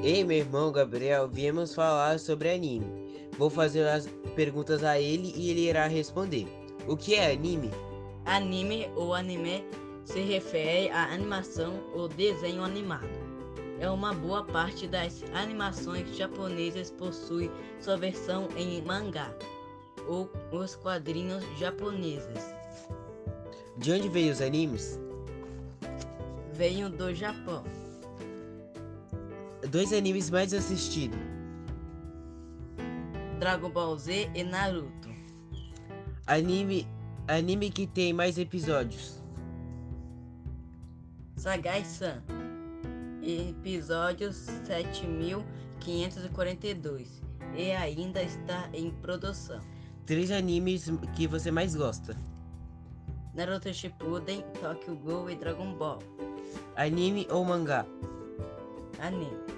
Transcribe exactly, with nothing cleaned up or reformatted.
Ei, meu irmão Gabriel, viemos falar sobre anime. Vou fazer as perguntas a ele e ele irá responder. O que é anime? Anime ou anime se refere à animação ou desenho animado. É uma boa parte das animações japonesas possui sua versão em mangá ou os quadrinhos japoneses. De onde veio os animes? Veio do Japão. Dois animes mais assistidos. Dragon Ball Z e Naruto. Anime, anime que tem mais episódios. Sagai-san. Episódios sete mil quinhentos e quarenta e dois e ainda está em produção. Três animes que você mais gosta. Naruto Shippuden, Tokyo Ghoul e Dragon Ball. Anime ou mangá? Anime.